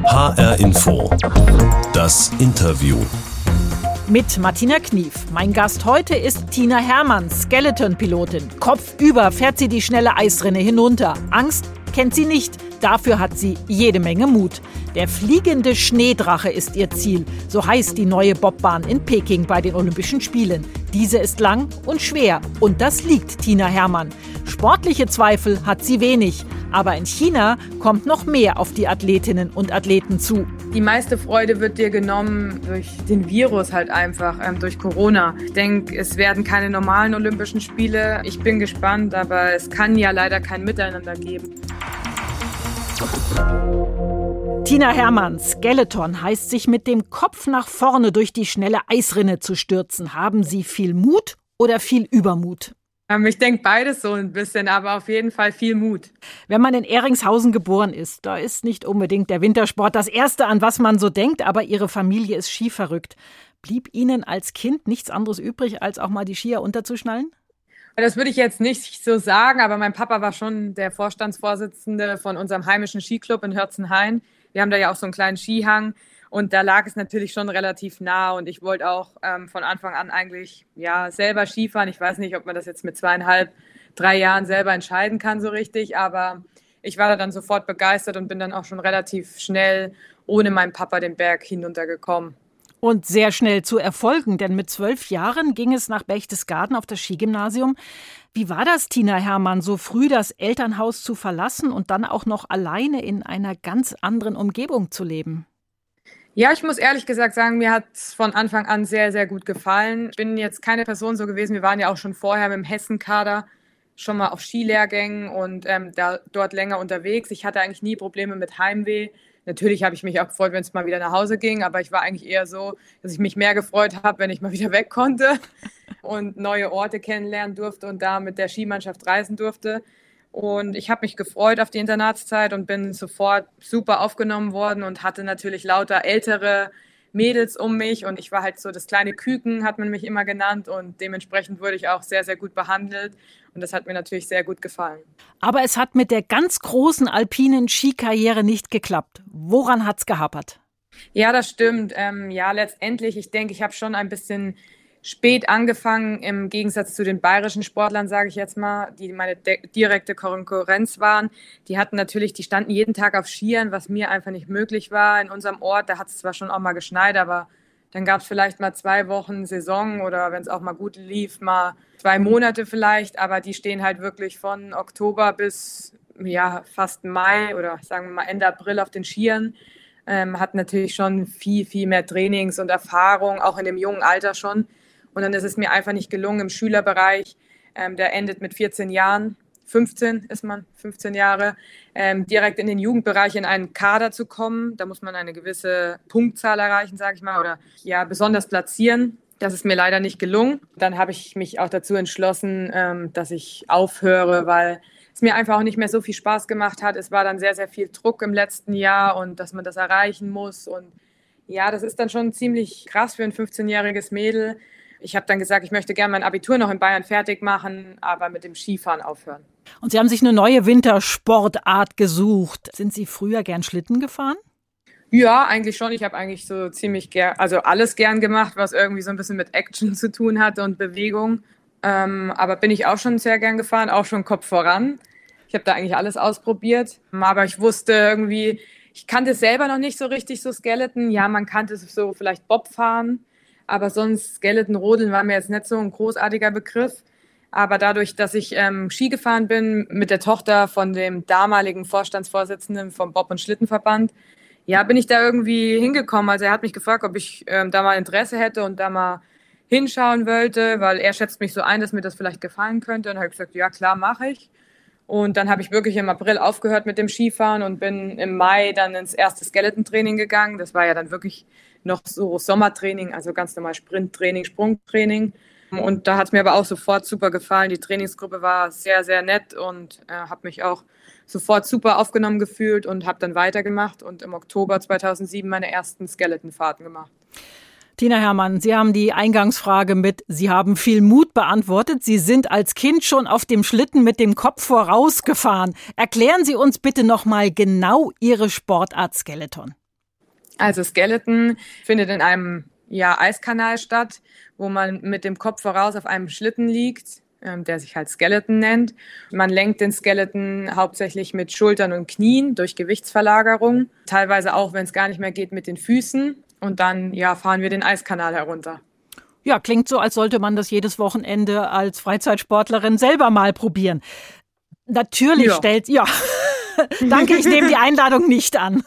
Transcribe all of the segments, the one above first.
HR Info. Das Interview. Mit Martina Knief. Mein Gast heute ist Tina Hermann, Skeleton-Pilotin. Kopfüber fährt sie die schnelle Eisrinne hinunter. Angst kennt sie nicht. Dafür hat sie jede Menge Mut. Der fliegende Schneedrache ist ihr Ziel. So heißt die neue Bobbahn in Peking bei den Olympischen Spielen. Diese ist lang und schwer. Und das liegt Tina Hermann. Sportliche Zweifel hat sie wenig. Aber in China kommt noch mehr auf die Athletinnen und Athleten zu. Die meiste Freude wird dir genommen durch den Virus halt einfach, durch Corona. Ich denke, es werden keine normalen Olympischen Spiele. Ich bin gespannt, aber es kann ja leider kein Miteinander geben. Tina Hermann, Skeleton, heißt sich mit dem Kopf nach vorne durch die schnelle Eisrinne zu stürzen. Haben Sie viel Mut oder viel Übermut? Ich denke beides so ein bisschen, aber auf jeden Fall viel Mut. Wenn man in Ehringshausen geboren ist, da ist nicht unbedingt der Wintersport das Erste, an was man so denkt, aber Ihre Familie ist skiverrückt. Blieb Ihnen als Kind nichts anderes übrig, als auch mal die Skier unterzuschnallen? Das würde ich jetzt nicht so sagen, aber mein Papa war schon der Vorstandsvorsitzende von unserem heimischen Skiclub in Hörzenhain. Wir haben da ja auch so einen kleinen Skihang und da lag es natürlich schon relativ nah und ich wollte auch von Anfang an eigentlich selber Skifahren. Ich weiß nicht, ob man das jetzt mit 2,5, 3 Jahren selber entscheiden kann so richtig, aber ich war da dann sofort begeistert und bin dann auch schon relativ schnell ohne meinen Papa den Berg hinuntergekommen. Und sehr schnell zu Erfolgen, denn mit 12 Jahren ging es nach Berchtesgaden auf das Skigymnasium. Wie war das, Tina Hermann, so früh das Elternhaus zu verlassen und dann auch noch alleine in einer ganz anderen Umgebung zu leben? Ja, ich muss ehrlich gesagt sagen, mir hat es von Anfang an sehr, sehr gut gefallen. Ich bin jetzt keine Person so gewesen, wir waren ja auch schon vorher mit dem Hessen-Kader schon mal auf Skilehrgängen und dort länger unterwegs. Ich hatte eigentlich nie Probleme mit Heimweh. Natürlich habe ich mich auch gefreut, wenn es mal wieder nach Hause ging, aber ich war eigentlich eher so, dass ich mich mehr gefreut habe, wenn ich mal wieder weg konnte und neue Orte kennenlernen durfte und da mit der Skimannschaft reisen durfte. Und ich habe mich gefreut auf die Internatszeit und bin sofort super aufgenommen worden und hatte natürlich lauter ältere Mädels um mich und ich war halt so das kleine Küken, hat man mich immer genannt und dementsprechend wurde ich auch sehr, sehr gut behandelt und das hat mir natürlich sehr gut gefallen. Aber es hat mit der ganz großen alpinen Skikarriere nicht geklappt. Woran hat's gehapert? Ja, das stimmt. Letztendlich, ich denke, ich habe schon ein bisschen spät angefangen, im Gegensatz zu den bayerischen Sportlern, sage ich jetzt mal, die meine direkte Konkurrenz waren. Die standen jeden Tag auf Skiern, was mir einfach nicht möglich war. In unserem Ort, da hat es zwar schon auch mal geschneit, aber dann gab es vielleicht mal 2 Wochen Saison oder wenn es auch mal gut lief, mal 2 Monate vielleicht. Aber die stehen halt wirklich von Oktober bis fast Mai oder sagen wir mal Ende April auf den Skiern. Hat natürlich schon viel, viel mehr Trainings und Erfahrung, auch in dem jungen Alter schon. Und dann ist es mir einfach nicht gelungen im Schülerbereich, der endet mit 14 Jahren, 15 ist man, 15 Jahre, direkt in den Jugendbereich in einen Kader zu kommen. Da muss man eine gewisse Punktzahl erreichen, sage ich mal, oder besonders platzieren. Das ist mir leider nicht gelungen. Dann habe ich mich auch dazu entschlossen, dass ich aufhöre, weil es mir einfach auch nicht mehr so viel Spaß gemacht hat. Es war dann sehr, sehr viel Druck im letzten Jahr und dass man das erreichen muss. Und ja, das ist dann schon ziemlich krass für ein 15-jähriges Mädel. Ich habe dann gesagt, ich möchte gerne mein Abitur noch in Bayern fertig machen, aber mit dem Skifahren aufhören. Und Sie haben sich eine neue Wintersportart gesucht. Sind Sie früher gern Schlitten gefahren? Ja, eigentlich schon. Ich habe eigentlich so ziemlich alles gern gemacht, was irgendwie so ein bisschen mit Action zu tun hatte und Bewegung. Aber bin ich auch schon sehr gern gefahren, auch schon Kopf voran. Ich habe da eigentlich alles ausprobiert. Aber ich wusste irgendwie, ich kannte es selber noch nicht so richtig, so Skeleton. Ja, man kannte es so vielleicht Bob fahren. Aber sonst Skeleton-Rodeln war mir jetzt nicht so ein großartiger Begriff. Aber dadurch, dass ich Ski gefahren bin mit der Tochter von dem damaligen Vorstandsvorsitzenden vom Bob- und Schlittenverband, bin ich da irgendwie hingekommen. Also er hat mich gefragt, ob ich da mal Interesse hätte und da mal hinschauen wollte, weil er schätzt mich so ein, dass mir das vielleicht gefallen könnte. Und dann habe ich gesagt, ja klar, mache ich. Und dann habe ich wirklich im April aufgehört mit dem Skifahren und bin im Mai dann ins erste Skeleton-Training gegangen. Das war ja dann wirklich noch so Sommertraining, also ganz normal Sprinttraining, Sprungtraining. Und da hat es mir aber auch sofort super gefallen. Die Trainingsgruppe war sehr, sehr nett und habe mich auch sofort super aufgenommen gefühlt und habe dann weitergemacht und im Oktober 2007 meine ersten Skeletonfahrten gemacht. Tina Hermann, Sie haben die Eingangsfrage mit Sie haben viel Mut beantwortet. Sie sind als Kind schon auf dem Schlitten mit dem Kopf vorausgefahren. Erklären Sie uns bitte noch mal genau Ihre Sportart Skeleton. Also Skeleton findet in einem Eiskanal statt, wo man mit dem Kopf voraus auf einem Schlitten liegt, der sich halt Skeleton nennt. Man lenkt den Skeleton hauptsächlich mit Schultern und Knien durch Gewichtsverlagerung, teilweise auch, wenn es gar nicht mehr geht, mit den Füßen. Und dann fahren wir den Eiskanal herunter. Ja, klingt so, als sollte man das jedes Wochenende als Freizeitsportlerin selber mal probieren. Natürlich Danke, ich nehme die Einladung nicht an.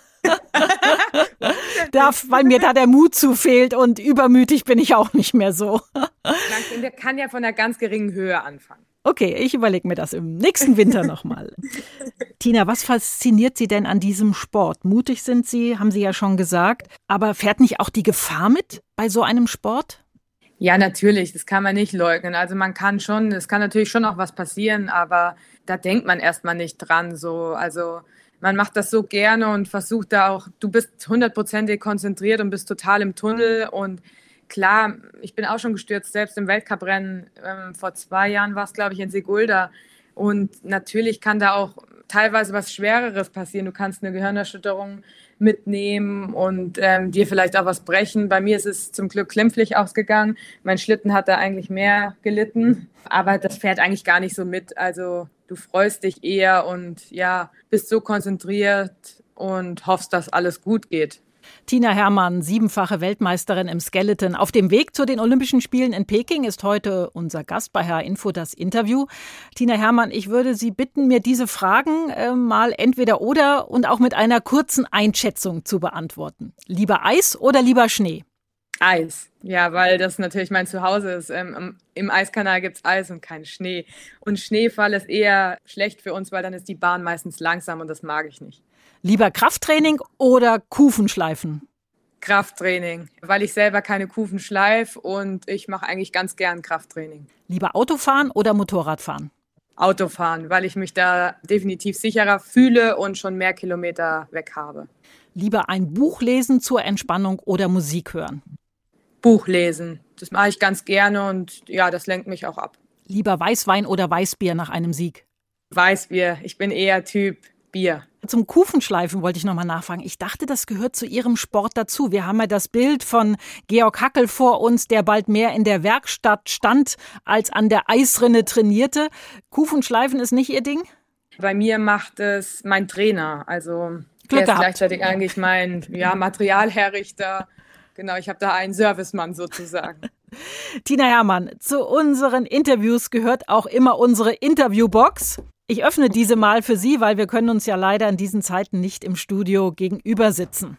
Weil mir da der Mut zu fehlt und übermütig bin ich auch nicht mehr so. Der kann ja von einer ganz geringen Höhe anfangen. Okay, ich überlege mir das im nächsten Winter nochmal. Tina, was fasziniert Sie denn an diesem Sport? Mutig sind Sie, haben Sie ja schon gesagt. Aber fährt nicht auch die Gefahr mit bei so einem Sport? Ja, natürlich, das kann man nicht leugnen. Also es kann natürlich schon auch was passieren, aber da denkt man erstmal nicht dran. Also man macht das so gerne und versucht da auch, du bist 100% konzentriert und bist total im Tunnel. Und klar, ich bin auch schon gestürzt, selbst im Weltcuprennen. Vor 2 Jahren war es, glaube ich, in Sigulda. Und natürlich kann da auch teilweise was Schwereres passieren. Du kannst eine Gehirnerschütterung mitnehmen und dir vielleicht auch was brechen. Bei mir ist es zum Glück glimpflich ausgegangen. Mein Schlitten hat da eigentlich mehr gelitten, aber das fährt eigentlich gar nicht so mit. Also du freust dich eher und bist so konzentriert und hoffst, dass alles gut geht. Tina Hermann, 7-fache Weltmeisterin im Skeleton. Auf dem Weg zu den Olympischen Spielen in Peking ist heute unser Gast bei HR-Info das Interview. Tina Hermann, ich würde Sie bitten, mir diese Fragen mal entweder oder und auch mit einer kurzen Einschätzung zu beantworten. Lieber Eis oder lieber Schnee? Eis, weil das natürlich mein Zuhause ist. Im Eiskanal gibt es Eis und keinen Schnee. Und Schneefall ist eher schlecht für uns, weil dann ist die Bahn meistens langsam und das mag ich nicht. Lieber Krafttraining oder Kufenschleifen? Krafttraining, weil ich selber keine Kufen schleife und ich mache eigentlich ganz gern Krafttraining. Lieber Autofahren oder Motorradfahren? Autofahren, weil ich mich da definitiv sicherer fühle und schon mehr Kilometer weg habe. Lieber ein Buch lesen zur Entspannung oder Musik hören? Buch lesen, das mache ich ganz gerne und das lenkt mich auch ab. Lieber Weißwein oder Weißbier nach einem Sieg? Weißbier, ich bin eher Typ Bier. Zum Kufenschleifen wollte ich nochmal nachfragen. Ich dachte, das gehört zu Ihrem Sport dazu. Wir haben ja das Bild von Georg Hackel vor uns, der bald mehr in der Werkstatt stand, als an der Eisrinne trainierte. Kufenschleifen ist nicht Ihr Ding? Bei mir macht es mein Trainer. Also Glück der ist gehabt. Gleichzeitig eigentlich mein Materialherrichter. Genau, ich habe da einen Servicemann sozusagen. Tina Hermann, zu unseren Interviews gehört auch immer unsere Interviewbox. Ich öffne diese mal für Sie, weil wir können uns ja leider in diesen Zeiten nicht im Studio gegenüber sitzen.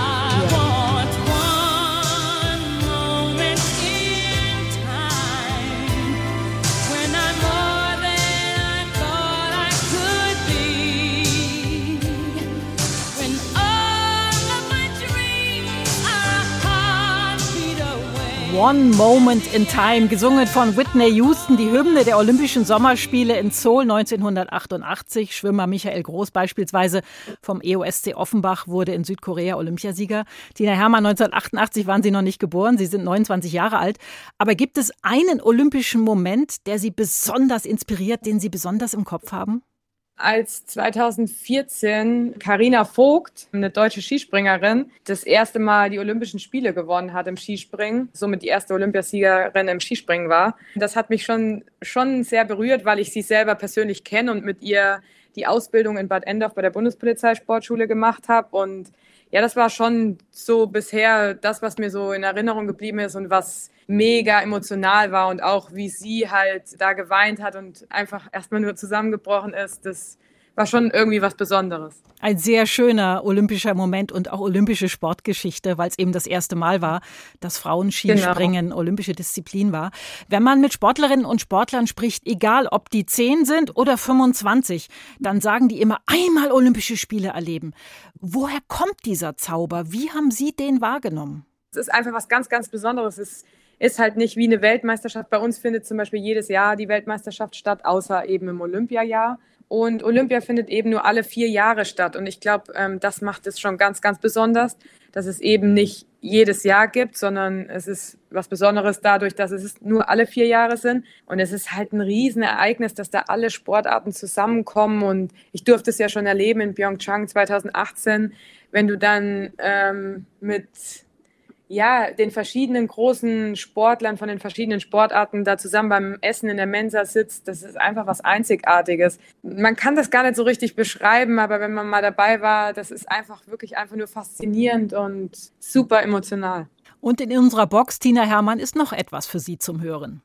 One Moment in Time, gesungen von Whitney Houston, die Hymne der Olympischen Sommerspiele in Seoul 1988. Schwimmer Michael Groß beispielsweise vom EOSC Offenbach wurde in Südkorea Olympiasieger. Tina Hermann, 1988 waren Sie noch nicht geboren, Sie sind 29 Jahre alt. Aber gibt es einen olympischen Moment, der Sie besonders inspiriert, den Sie besonders im Kopf haben? Als 2014 Carina Vogt, eine deutsche Skispringerin, das erste Mal die Olympischen Spiele gewonnen hat im Skispringen, somit die erste Olympiasiegerin im Skispringen war. Das hat mich schon sehr berührt, weil ich sie selber persönlich kenne und mit ihr die Ausbildung in Bad Endorf bei der Bundespolizeisportschule gemacht habe. Und das war schon so bisher das, was mir so in Erinnerung geblieben ist und was mega emotional war und auch wie sie halt da geweint hat und einfach erstmal nur zusammengebrochen ist, das war schon irgendwie was Besonderes. Ein sehr schöner olympischer Moment und auch olympische Sportgeschichte, weil es eben das erste Mal war, dass Frauenskispringen olympische Disziplin war. Wenn man mit Sportlerinnen und Sportlern spricht, egal ob die 10 sind oder 25, dann sagen die immer, einmal Olympische Spiele erleben. Woher kommt dieser Zauber? Wie haben Sie den wahrgenommen? Es ist einfach was ganz, ganz Besonderes. Es ist halt nicht wie eine Weltmeisterschaft. Bei uns findet zum Beispiel jedes Jahr die Weltmeisterschaft statt, außer eben im Olympiajahr. Und Olympia findet eben nur alle 4 Jahre statt. Und ich glaube, das macht es schon ganz, ganz besonders, dass es eben nicht jedes Jahr gibt, sondern es ist was Besonderes dadurch, dass es nur alle 4 Jahre sind. Und es ist halt ein Riesenereignis, dass da alle Sportarten zusammenkommen. Und ich durfte es ja schon erleben in Pyeongchang 2018, wenn du dann mit den verschiedenen großen Sportlern von den verschiedenen Sportarten da zusammen beim Essen in der Mensa sitzt, das ist einfach was Einzigartiges. Man kann das gar nicht so richtig beschreiben, aber wenn man mal dabei war, das ist wirklich einfach nur faszinierend und super emotional. Und in unserer Box, Tina Hermann, ist noch etwas für Sie zum Hören.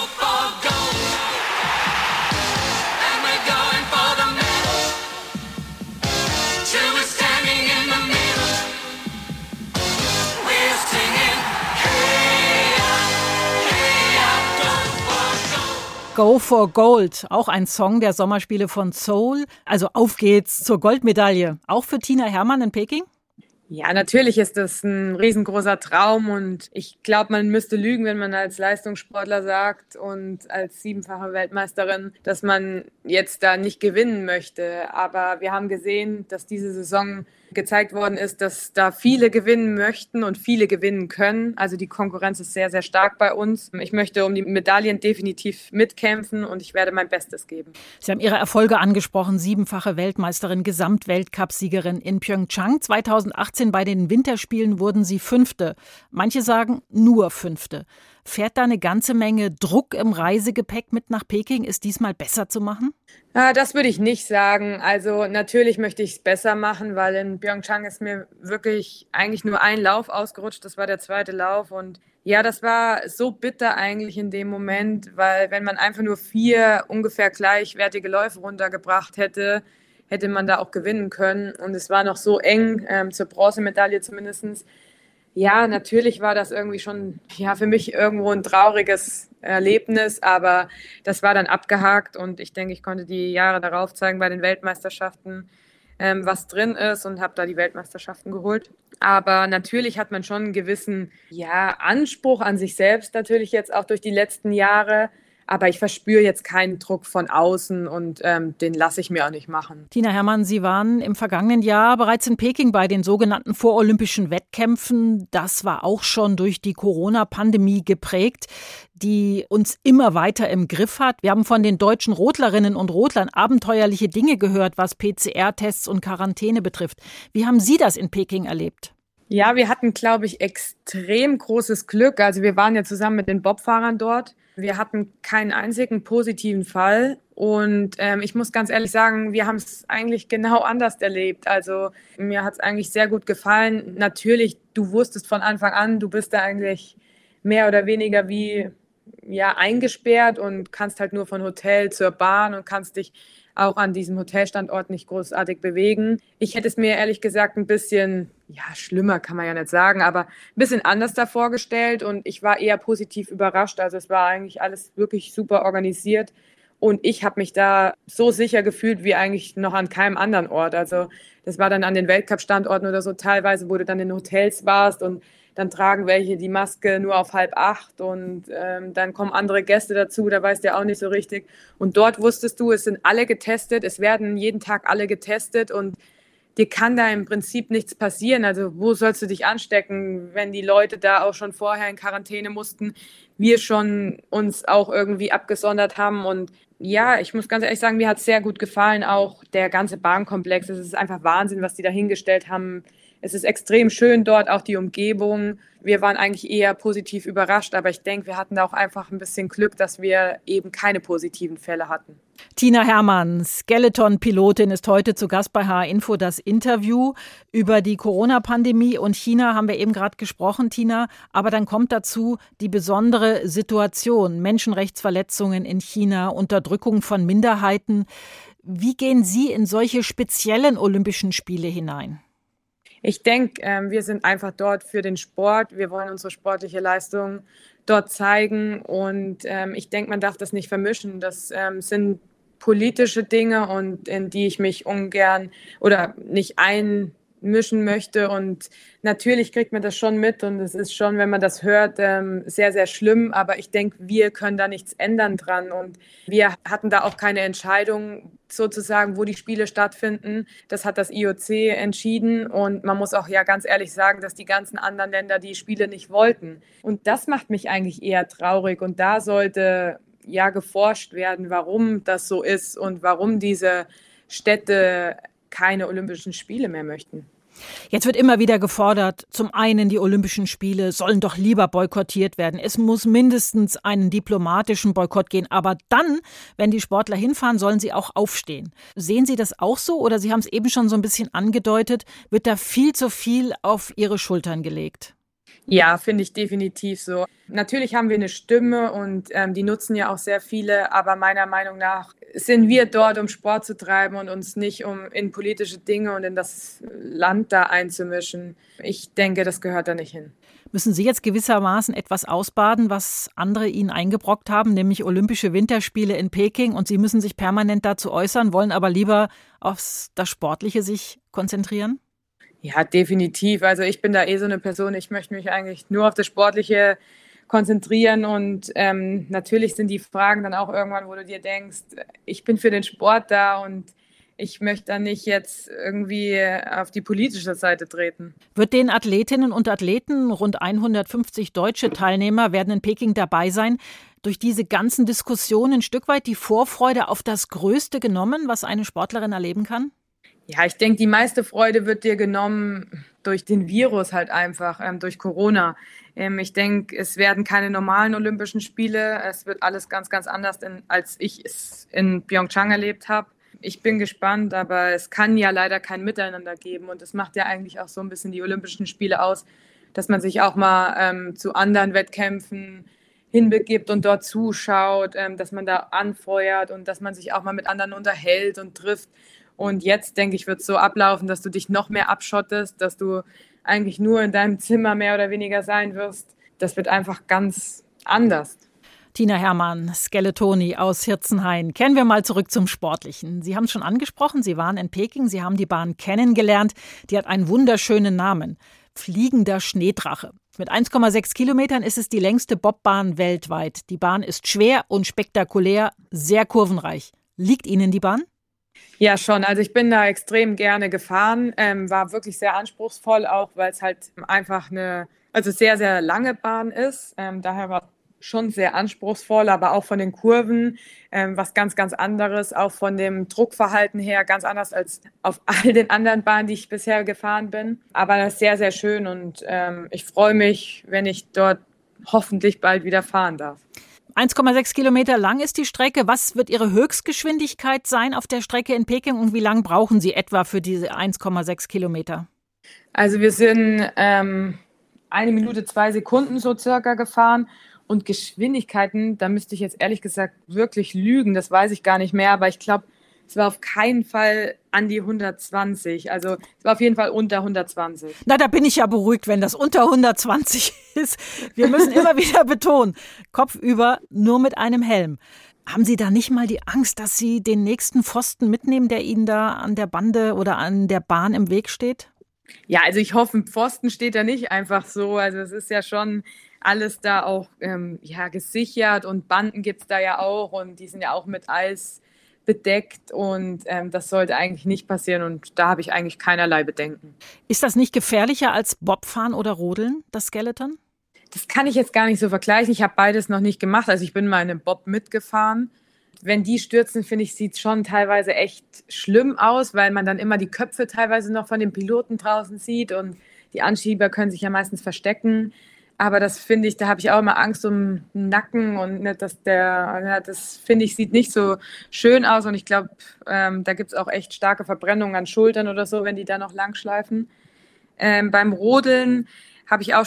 Go for Gold, auch ein Song der Sommerspiele von Seoul. Also auf geht's zur Goldmedaille. Auch für Tina Hermann in Peking? Ja, natürlich ist das ein riesengroßer Traum und ich glaube, man müsste lügen, wenn man als Leistungssportler sagt und als 7-fache Weltmeisterin, dass man jetzt da nicht gewinnen möchte. Aber wir haben gesehen, dass diese Saison gezeigt worden ist, dass da viele gewinnen möchten und viele gewinnen können. Also die Konkurrenz ist sehr, sehr stark bei uns. Ich möchte um die Medaillen definitiv mitkämpfen und ich werde mein Bestes geben. Sie haben Ihre Erfolge angesprochen. 7-fache Weltmeisterin, Gesamtweltcupsiegerin in Pyeongchang. 2018 bei den Winterspielen wurden Sie 5. Manche sagen nur 5. Fährt da eine ganze Menge Druck im Reisegepäck mit nach Peking? Ist diesmal besser zu machen? Das würde ich nicht sagen. Also natürlich möchte ich es besser machen, weil in Pyeongchang ist mir wirklich eigentlich nur ein Lauf ausgerutscht. Das war der 2. Lauf und ja, das war so bitter eigentlich in dem Moment, weil wenn man einfach nur 4 ungefähr gleichwertige Läufe runtergebracht hätte, hätte man da auch gewinnen können. Und es war noch so eng, zur Bronzemedaille zumindest. Ja, natürlich war das irgendwie schon für mich irgendwo ein trauriges Erlebnis, aber das war dann abgehakt und ich denke, ich konnte die Jahre darauf zeigen bei den Weltmeisterschaften, was drin ist und habe da die Weltmeisterschaften geholt. Aber natürlich hat man schon einen gewissen Anspruch an sich selbst natürlich jetzt auch durch die letzten Jahre. Aber ich verspüre jetzt keinen Druck von außen und den lasse ich mir auch nicht machen. Tina Hermann, Sie waren im vergangenen Jahr bereits in Peking bei den sogenannten vorolympischen Wettkämpfen. Das war auch schon durch die Corona-Pandemie geprägt, die uns immer weiter im Griff hat. Wir haben von den deutschen Rodlerinnen und Rodlern abenteuerliche Dinge gehört, was PCR-Tests und Quarantäne betrifft. Wie haben Sie das in Peking erlebt? Ja, wir hatten, glaube ich, extrem großes Glück. Also wir waren ja zusammen mit den Bobfahrern dort. Wir hatten keinen einzigen positiven Fall und ich muss ganz ehrlich sagen, wir haben es eigentlich genau anders erlebt. Also mir hat es eigentlich sehr gut gefallen. Natürlich, du wusstest von Anfang an, du bist da eigentlich mehr oder weniger wie eingesperrt und kannst halt nur von Hotel zur Bahn und kannst dich auch an diesem Hotelstandort nicht großartig bewegen. Ich hätte es mir ehrlich gesagt ein bisschen, schlimmer kann man ja nicht sagen, aber ein bisschen anders da vorgestellt und ich war eher positiv überrascht. Also es war eigentlich alles wirklich super organisiert und ich habe mich da so sicher gefühlt wie eigentlich noch an keinem anderen Ort. Also das war dann an den Weltcup-Standorten oder so teilweise, wo du dann in Hotels warst und dann tragen welche die Maske nur auf 7:30 und dann kommen andere Gäste dazu, da weißt du ja auch nicht so richtig. Und dort wusstest du, es sind alle getestet, es werden jeden Tag alle getestet und dir kann da im Prinzip nichts passieren. Also wo sollst du dich anstecken, wenn die Leute da auch schon vorher in Quarantäne mussten, wir schon uns auch irgendwie abgesondert haben. Und ja, ich muss ganz ehrlich sagen, mir hat es sehr gut gefallen, auch der ganze Bahnkomplex. Es ist einfach Wahnsinn, was die da hingestellt haben. Es ist extrem schön dort, auch die Umgebung. Wir waren eigentlich eher positiv überrascht, aber ich denke, wir hatten da auch einfach ein bisschen Glück, dass wir eben keine positiven Fälle hatten. Tina Hermann, Skeleton-Pilotin, ist heute zu Gast bei HR Info. Das Interview über die Corona-Pandemie und China haben wir eben gerade gesprochen, Tina. Aber dann kommt dazu die besondere Situation, Menschenrechtsverletzungen in China, Unterdrückung von Minderheiten. Wie gehen Sie in solche speziellen Olympischen Spiele hinein? Ich denke, wir sind einfach dort für den Sport. Wir wollen unsere sportliche Leistung dort zeigen und ich denke, man darf das nicht vermischen. Das sind politische Dinge und in die ich mich ungern oder nicht einmischen möchte und natürlich kriegt man das schon mit und es ist schon, wenn man das hört, sehr, sehr schlimm, aber ich denke, wir können da nichts ändern dran und wir hatten da auch keine Entscheidung sozusagen, wo die Spiele stattfinden. Das hat das IOC entschieden und man muss auch ganz ehrlich sagen, dass die ganzen anderen Länder die Spiele nicht wollten und das macht mich eigentlich eher traurig und da sollte geforscht werden, warum das so ist und warum diese Städte keine Olympischen Spiele mehr möchten. Jetzt wird immer wieder gefordert, zum einen die Olympischen Spiele sollen doch lieber boykottiert werden. Es muss mindestens einen diplomatischen Boykott gehen. Aber dann, wenn die Sportler hinfahren, sollen sie auch aufstehen. Sehen Sie das auch so oder Sie haben es eben schon so ein bisschen angedeutet, wird da viel zu viel auf Ihre Schultern gelegt? Ja, finde ich definitiv so. Natürlich haben wir eine Stimme und die nutzen ja auch sehr viele, aber meiner Meinung nach sind wir dort, um Sport zu treiben und uns nicht in politische Dinge und in das Land da einzumischen. Ich denke, das gehört da nicht hin. Müssen Sie jetzt gewissermaßen etwas ausbaden, was andere Ihnen eingebrockt haben, nämlich Olympische Winterspiele in Peking und Sie müssen sich permanent dazu äußern, wollen aber lieber auf das Sportliche sich konzentrieren? Ja, definitiv. Also ich bin da so eine Person, ich möchte mich eigentlich nur auf das Sportliche konzentrieren und natürlich sind die Fragen dann auch irgendwann, wo du dir denkst, ich bin für den Sport da und ich möchte da nicht jetzt irgendwie auf die politische Seite treten. Wird den Athletinnen und Athleten, rund 150 deutsche Teilnehmer werden in Peking dabei sein, durch diese ganzen Diskussionen ein Stück weit die Vorfreude auf das Größte genommen, was eine Sportlerin erleben kann? Ja, ich denke, die meiste Freude wird dir genommen durch den Virus halt einfach, durch Corona. Ich denke, es werden keine normalen Olympischen Spiele. Es wird alles ganz, ganz anders, als ich es in Pyeongchang erlebt habe. Ich bin gespannt, aber es kann ja leider kein Miteinander geben. Und das macht ja eigentlich auch so ein bisschen die Olympischen Spiele aus, dass man sich auch mal zu anderen Wettkämpfen hinbegibt und dort zuschaut, dass man da anfeuert und dass man sich auch mal mit anderen unterhält und trifft. Und jetzt, denke ich, wird es so ablaufen, dass du dich noch mehr abschottest, dass du eigentlich nur in deinem Zimmer mehr oder weniger sein wirst. Das wird einfach ganz anders. Tina Hermann, Skeletoni aus Hirzenhain. Kehren wir mal zurück zum Sportlichen. Sie haben es schon angesprochen, Sie waren in Peking, Sie haben die Bahn kennengelernt. Die hat einen wunderschönen Namen. Fliegender Schneedrache. Mit 1,6 Kilometern ist es die längste Bobbahn weltweit. Die Bahn ist schwer und spektakulär, sehr kurvenreich. Liegt Ihnen die Bahn? Ja, schon. Also ich bin da extrem gerne gefahren, war wirklich sehr anspruchsvoll, auch weil es halt einfach eine sehr, sehr lange Bahn ist. Daher war schon sehr anspruchsvoll, aber auch von den Kurven was ganz, ganz anderes, auch von dem Druckverhalten her ganz anders als auf all den anderen Bahnen, die ich bisher gefahren bin. Aber das ist sehr, sehr schön und ich freue mich, wenn ich dort hoffentlich bald wieder fahren darf. 1,6 Kilometer lang ist die Strecke. Was wird Ihre Höchstgeschwindigkeit sein auf der Strecke in Peking und wie lang brauchen Sie etwa für diese 1,6 Kilometer? Also wir sind 1 Minute 2 Sekunden so circa gefahren und Geschwindigkeiten, da müsste ich jetzt ehrlich gesagt wirklich lügen, das weiß ich gar nicht mehr, aber ich glaube, es war auf keinen Fall an die 120. Also es war auf jeden Fall unter 120. Na, da bin ich ja beruhigt, wenn das unter 120 ist. Wir müssen immer wieder betonen, kopfüber, nur mit einem Helm. Haben Sie da nicht mal die Angst, dass Sie den nächsten Pfosten mitnehmen, der Ihnen da an der Bande oder an der Bahn im Weg steht? Ja, also ich hoffe, ein Pfosten steht da nicht einfach so. Also es ist ja schon alles da auch gesichert und Banden gibt es da ja auch und die sind ja auch mit Eis bedeckt und das sollte eigentlich nicht passieren und da habe ich eigentlich keinerlei Bedenken. Ist das nicht gefährlicher als Bobfahren oder Rodeln, das Skeleton? Das kann ich jetzt gar nicht so vergleichen. Ich habe beides noch nicht gemacht. Also ich bin mal in einem Bob mitgefahren. Wenn die stürzen, finde ich, sieht es schon teilweise echt schlimm aus, weil man dann immer die Köpfe teilweise noch von den Piloten draußen sieht und die Anschieber können sich ja meistens verstecken. Aber das finde ich, da habe ich auch immer Angst um den Nacken und das finde ich, sieht nicht so schön aus. Und ich glaube, da gibt es auch echt starke Verbrennungen an Schultern oder so, wenn die da noch lang schleifen. Beim Rodeln habe ich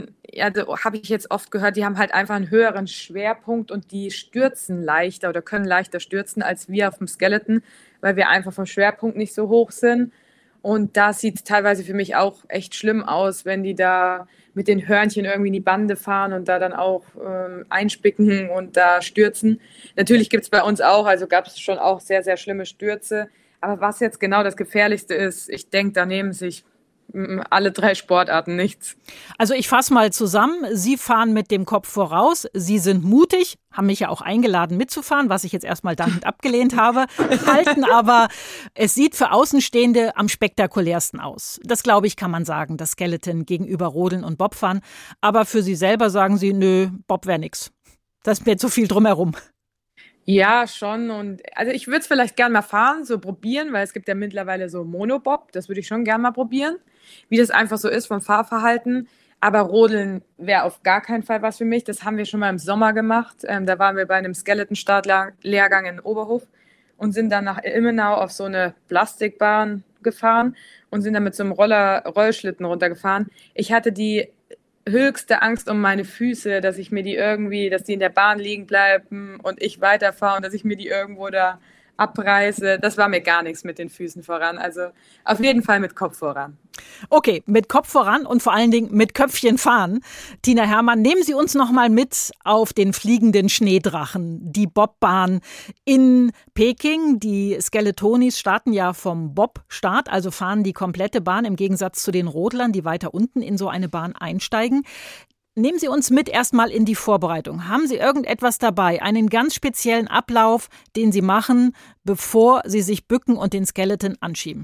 habe ich jetzt oft gehört, die haben halt einfach einen höheren Schwerpunkt und die stürzen leichter oder können leichter stürzen als wir auf dem Skeleton, weil wir einfach vom Schwerpunkt nicht so hoch sind. Und da sieht es teilweise für mich auch echt schlimm aus, wenn die da mit den Hörnchen irgendwie in die Bande fahren und da dann auch einspicken und da stürzen. Natürlich gibt es bei uns auch, also gab es schon auch sehr, sehr schlimme Stürze. Aber was jetzt genau das Gefährlichste ist, ich denke, da nehmen sich alle 3 Sportarten nichts. Also ich fasse mal zusammen. Sie fahren mit dem Kopf voraus. Sie sind mutig, haben mich ja auch eingeladen mitzufahren, was ich jetzt erstmal dankend abgelehnt habe, halten aber, es sieht für Außenstehende am spektakulärsten aus. Das, glaube ich, kann man sagen, das Skeleton gegenüber Rodeln und Bobfahren. Aber für Sie selber sagen Sie, nö, Bob wäre nix. Das ist mir zu viel drumherum. Ja, schon. Und also ich würde es vielleicht gern mal fahren, so probieren, weil es gibt ja mittlerweile so Monobob. Das würde ich schon gern mal probieren, wie das einfach so ist vom Fahrverhalten. Aber Rodeln wäre auf gar keinen Fall was für mich. Das haben wir schon mal im Sommer gemacht. Da waren wir bei einem Skeleton-Start-Lehrgang in Oberhof und sind dann nach Ilmenau auf so eine Plastikbahn gefahren und sind dann mit so einem Rollschlitten runtergefahren. Ich hatte die höchste Angst um meine Füße, dass dass die in der Bahn liegen bleiben und ich weiterfahre und dass ich mir die irgendwo da abreiße. Das war mir gar nichts mit den Füßen voran. Also auf jeden Fall mit Kopf voran. Okay, mit Kopf voran und vor allen Dingen mit Köpfchen fahren. Tina Hermann, nehmen Sie uns noch mal mit auf den fliegenden Schneedrachen, die Bobbahn in Peking. Die Skeletonis starten ja vom Bobstart, also fahren die komplette Bahn im Gegensatz zu den Rodlern, die weiter unten in so eine Bahn einsteigen. Nehmen Sie uns mit erstmal in die Vorbereitung. Haben Sie irgendetwas dabei, einen ganz speziellen Ablauf, den Sie machen, bevor Sie sich bücken und den Skeleton anschieben?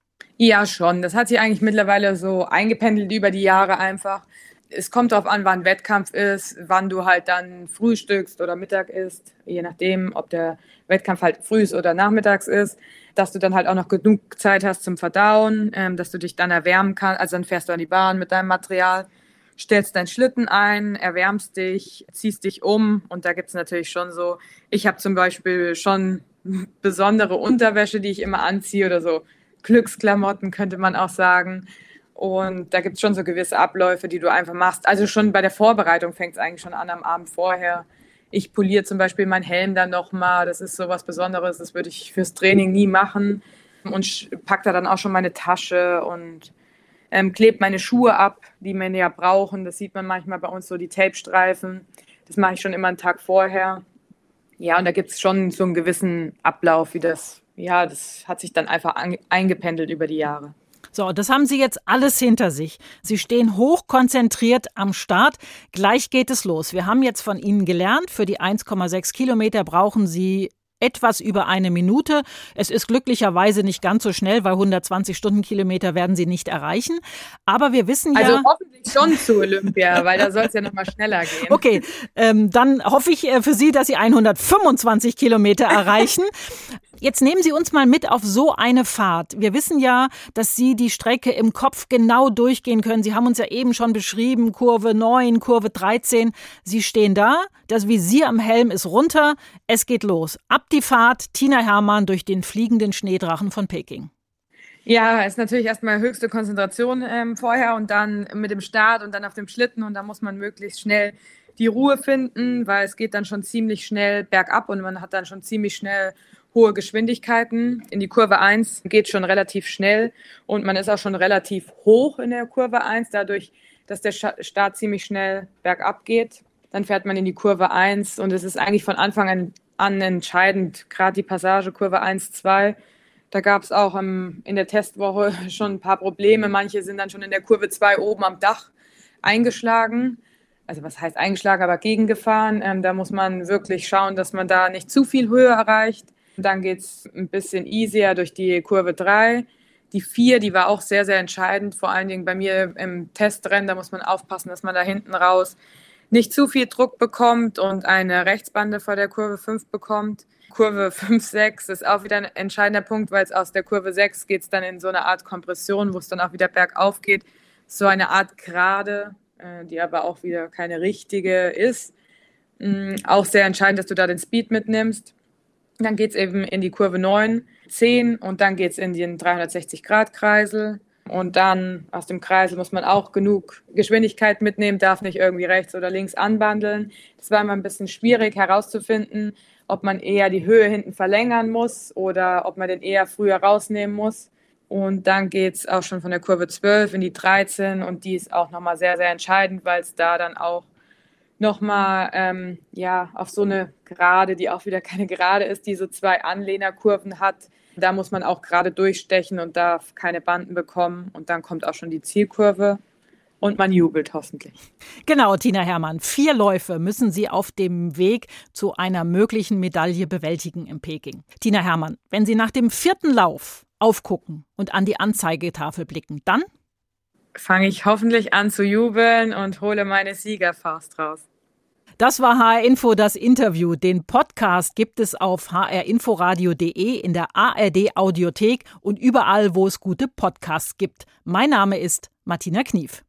Ja, schon. Das hat sich eigentlich mittlerweile so eingependelt über die Jahre einfach. Es kommt darauf an, wann Wettkampf ist, wann du halt dann frühstückst oder Mittag isst, je nachdem, ob der Wettkampf halt frühs oder nachmittags ist, dass du dann halt auch noch genug Zeit hast zum Verdauen, dass du dich dann erwärmen kannst. Also dann fährst du an die Bahn mit deinem Material, stellst deinen Schlitten ein, erwärmst dich, ziehst dich um und da gibt es natürlich schon so, ich habe zum Beispiel schon besondere Unterwäsche, die ich immer anziehe oder so Glücksklamotten, könnte man auch sagen. Und da gibt es schon so gewisse Abläufe, die du einfach machst. Also schon bei der Vorbereitung fängt es eigentlich schon an am Abend vorher. Ich poliere zum Beispiel meinen Helm dann nochmal. Das ist so was Besonderes, das würde ich fürs Training nie machen. Und packe da dann auch schon meine Tasche und klebe meine Schuhe ab, die wir ja brauchen. Das sieht man manchmal bei uns so, die Tapestreifen. Das mache ich schon immer einen Tag vorher. Ja, und da gibt es schon so einen gewissen Ablauf, das hat sich dann einfach eingependelt über die Jahre. So, das haben Sie jetzt alles hinter sich. Sie stehen hochkonzentriert am Start. Gleich geht es los. Wir haben jetzt von Ihnen gelernt, für die 1,6 Kilometer brauchen Sie etwas über 1 Minute. Es ist glücklicherweise nicht ganz so schnell, weil 120 Stundenkilometer werden Sie nicht erreichen. Aber wir wissen ja... Also hoffentlich schon zu Olympia, weil da soll es ja noch mal schneller gehen. Okay, dann hoffe ich für Sie, dass Sie 125 Kilometer erreichen. Jetzt nehmen Sie uns mal mit auf so eine Fahrt. Wir wissen ja, dass Sie die Strecke im Kopf genau durchgehen können. Sie haben uns ja eben schon beschrieben, Kurve 9, Kurve 13. Sie stehen da, das Visier am Helm ist runter, es geht los. Ab die Fahrt, Tina Hermann durch den fliegenden Schneedrachen von Peking. Ja, ist natürlich erstmal höchste Konzentration vorher und dann mit dem Start und dann auf dem Schlitten und da muss man möglichst schnell die Ruhe finden, weil es geht dann schon ziemlich schnell bergab und man hat dann schon ziemlich schnell hohe Geschwindigkeiten. In die Kurve 1 geht schon relativ schnell und man ist auch schon relativ hoch in der Kurve 1, dadurch, dass der Start ziemlich schnell bergab geht. Dann fährt man in die Kurve 1 und es ist eigentlich von Anfang an entscheidend, gerade die Passage Kurve 1, 2. Da gab es auch in der Testwoche schon ein paar Probleme. Manche sind dann schon in der Kurve 2 oben am Dach eingeschlagen. Also was heißt eingeschlagen, aber gegengefahren. Da muss man wirklich schauen, dass man da nicht zu viel Höhe erreicht. Dann geht es ein bisschen easier durch die Kurve 3. Die 4, die war auch sehr, sehr entscheidend. Vor allen Dingen bei mir im Testrennen, da muss man aufpassen, dass man da hinten raus nicht zu viel Druck bekommt und eine Rechtsbande vor der Kurve 5 bekommt. Kurve 5, 6 ist auch wieder ein entscheidender Punkt, weil es aus der Kurve 6 geht es dann in so eine Art Kompression, wo es dann auch wieder bergauf geht. So eine Art Gerade, die aber auch wieder keine richtige ist. Auch sehr entscheidend, dass du da den Speed mitnimmst. Dann geht es eben in die Kurve 9, 10 und dann geht es in den 360-Grad-Kreisel. Und dann aus dem Kreisel muss man auch genug Geschwindigkeit mitnehmen, darf nicht irgendwie rechts oder links anbandeln. Das war immer ein bisschen schwierig herauszufinden, ob man eher die Höhe hinten verlängern muss oder ob man den eher früher rausnehmen muss. Und dann geht es auch schon von der Kurve 12 in die 13 und die ist auch nochmal sehr, sehr entscheidend, weil es da dann auch nochmal auf so eine Gerade, die auch wieder keine Gerade ist, die so 2 Anlehnerkurven hat. Da muss man auch gerade durchstechen und darf keine Banden bekommen. Und dann kommt auch schon die Zielkurve und man jubelt hoffentlich. Genau, Tina Hermann. 4 Läufe müssen Sie auf dem Weg zu einer möglichen Medaille bewältigen in Peking. Tina Hermann, wenn Sie nach dem 4. Lauf aufgucken und an die Anzeigetafel blicken, dann fange ich hoffentlich an zu jubeln und hole meine Siegerfaust raus. Das war HR Info, das Interview. Den Podcast gibt es auf hrinforadio.de, in der ARD Audiothek und überall, wo es gute Podcasts gibt. Mein Name ist Martina Knief.